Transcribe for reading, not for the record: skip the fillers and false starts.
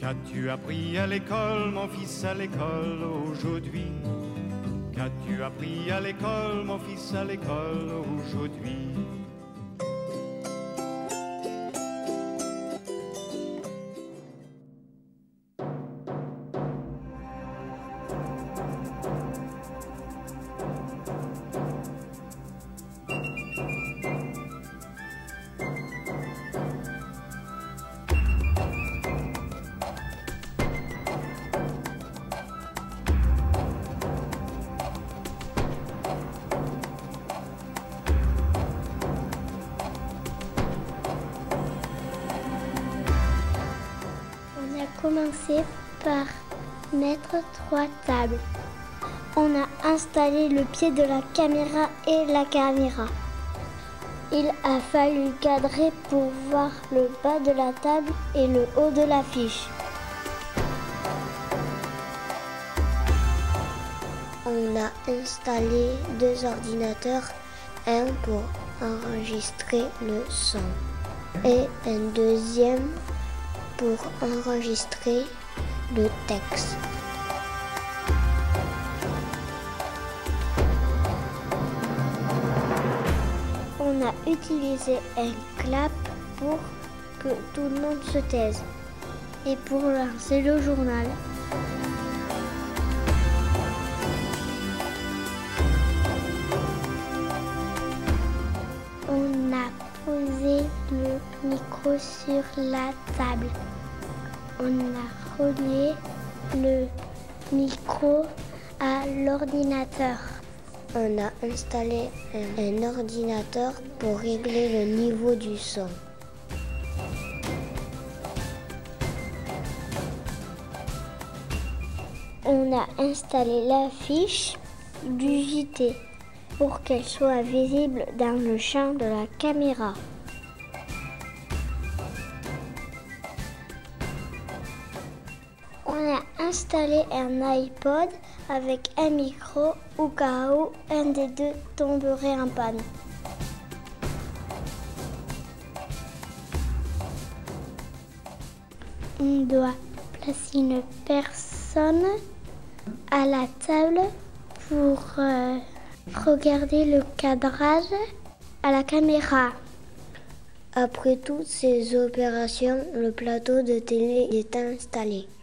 Qu'as-tu appris à l'école, mon fils, à l'école aujourd'hui? Qu'as-tu appris à l'école, mon fils, à l'école aujourd'hui? On a commencé par mettre 3 tables. On a installé le pied de la caméra et la caméra. Il a fallu cadrer pour voir le bas de la table et le haut de l'affiche. On a installé 2 ordinateurs, un pour enregistrer le son et un deuxième pour enregistrer le texte. On a utilisé un clap pour que tout le monde se taise et pour lancer le journal. On a posé le micro sur la table. On a relié le micro à l'ordinateur. On a installé un ordinateur pour régler le niveau du son. On a installé l'affiche du JT pour qu'elle soit visible dans le champ de la caméra. On a installé un iPod avec un micro au cas où un des deux tomberait en panne. On doit placer une personne à la table pour regarder le cadrage à la caméra. Après toutes ces opérations, le plateau de télé est installé.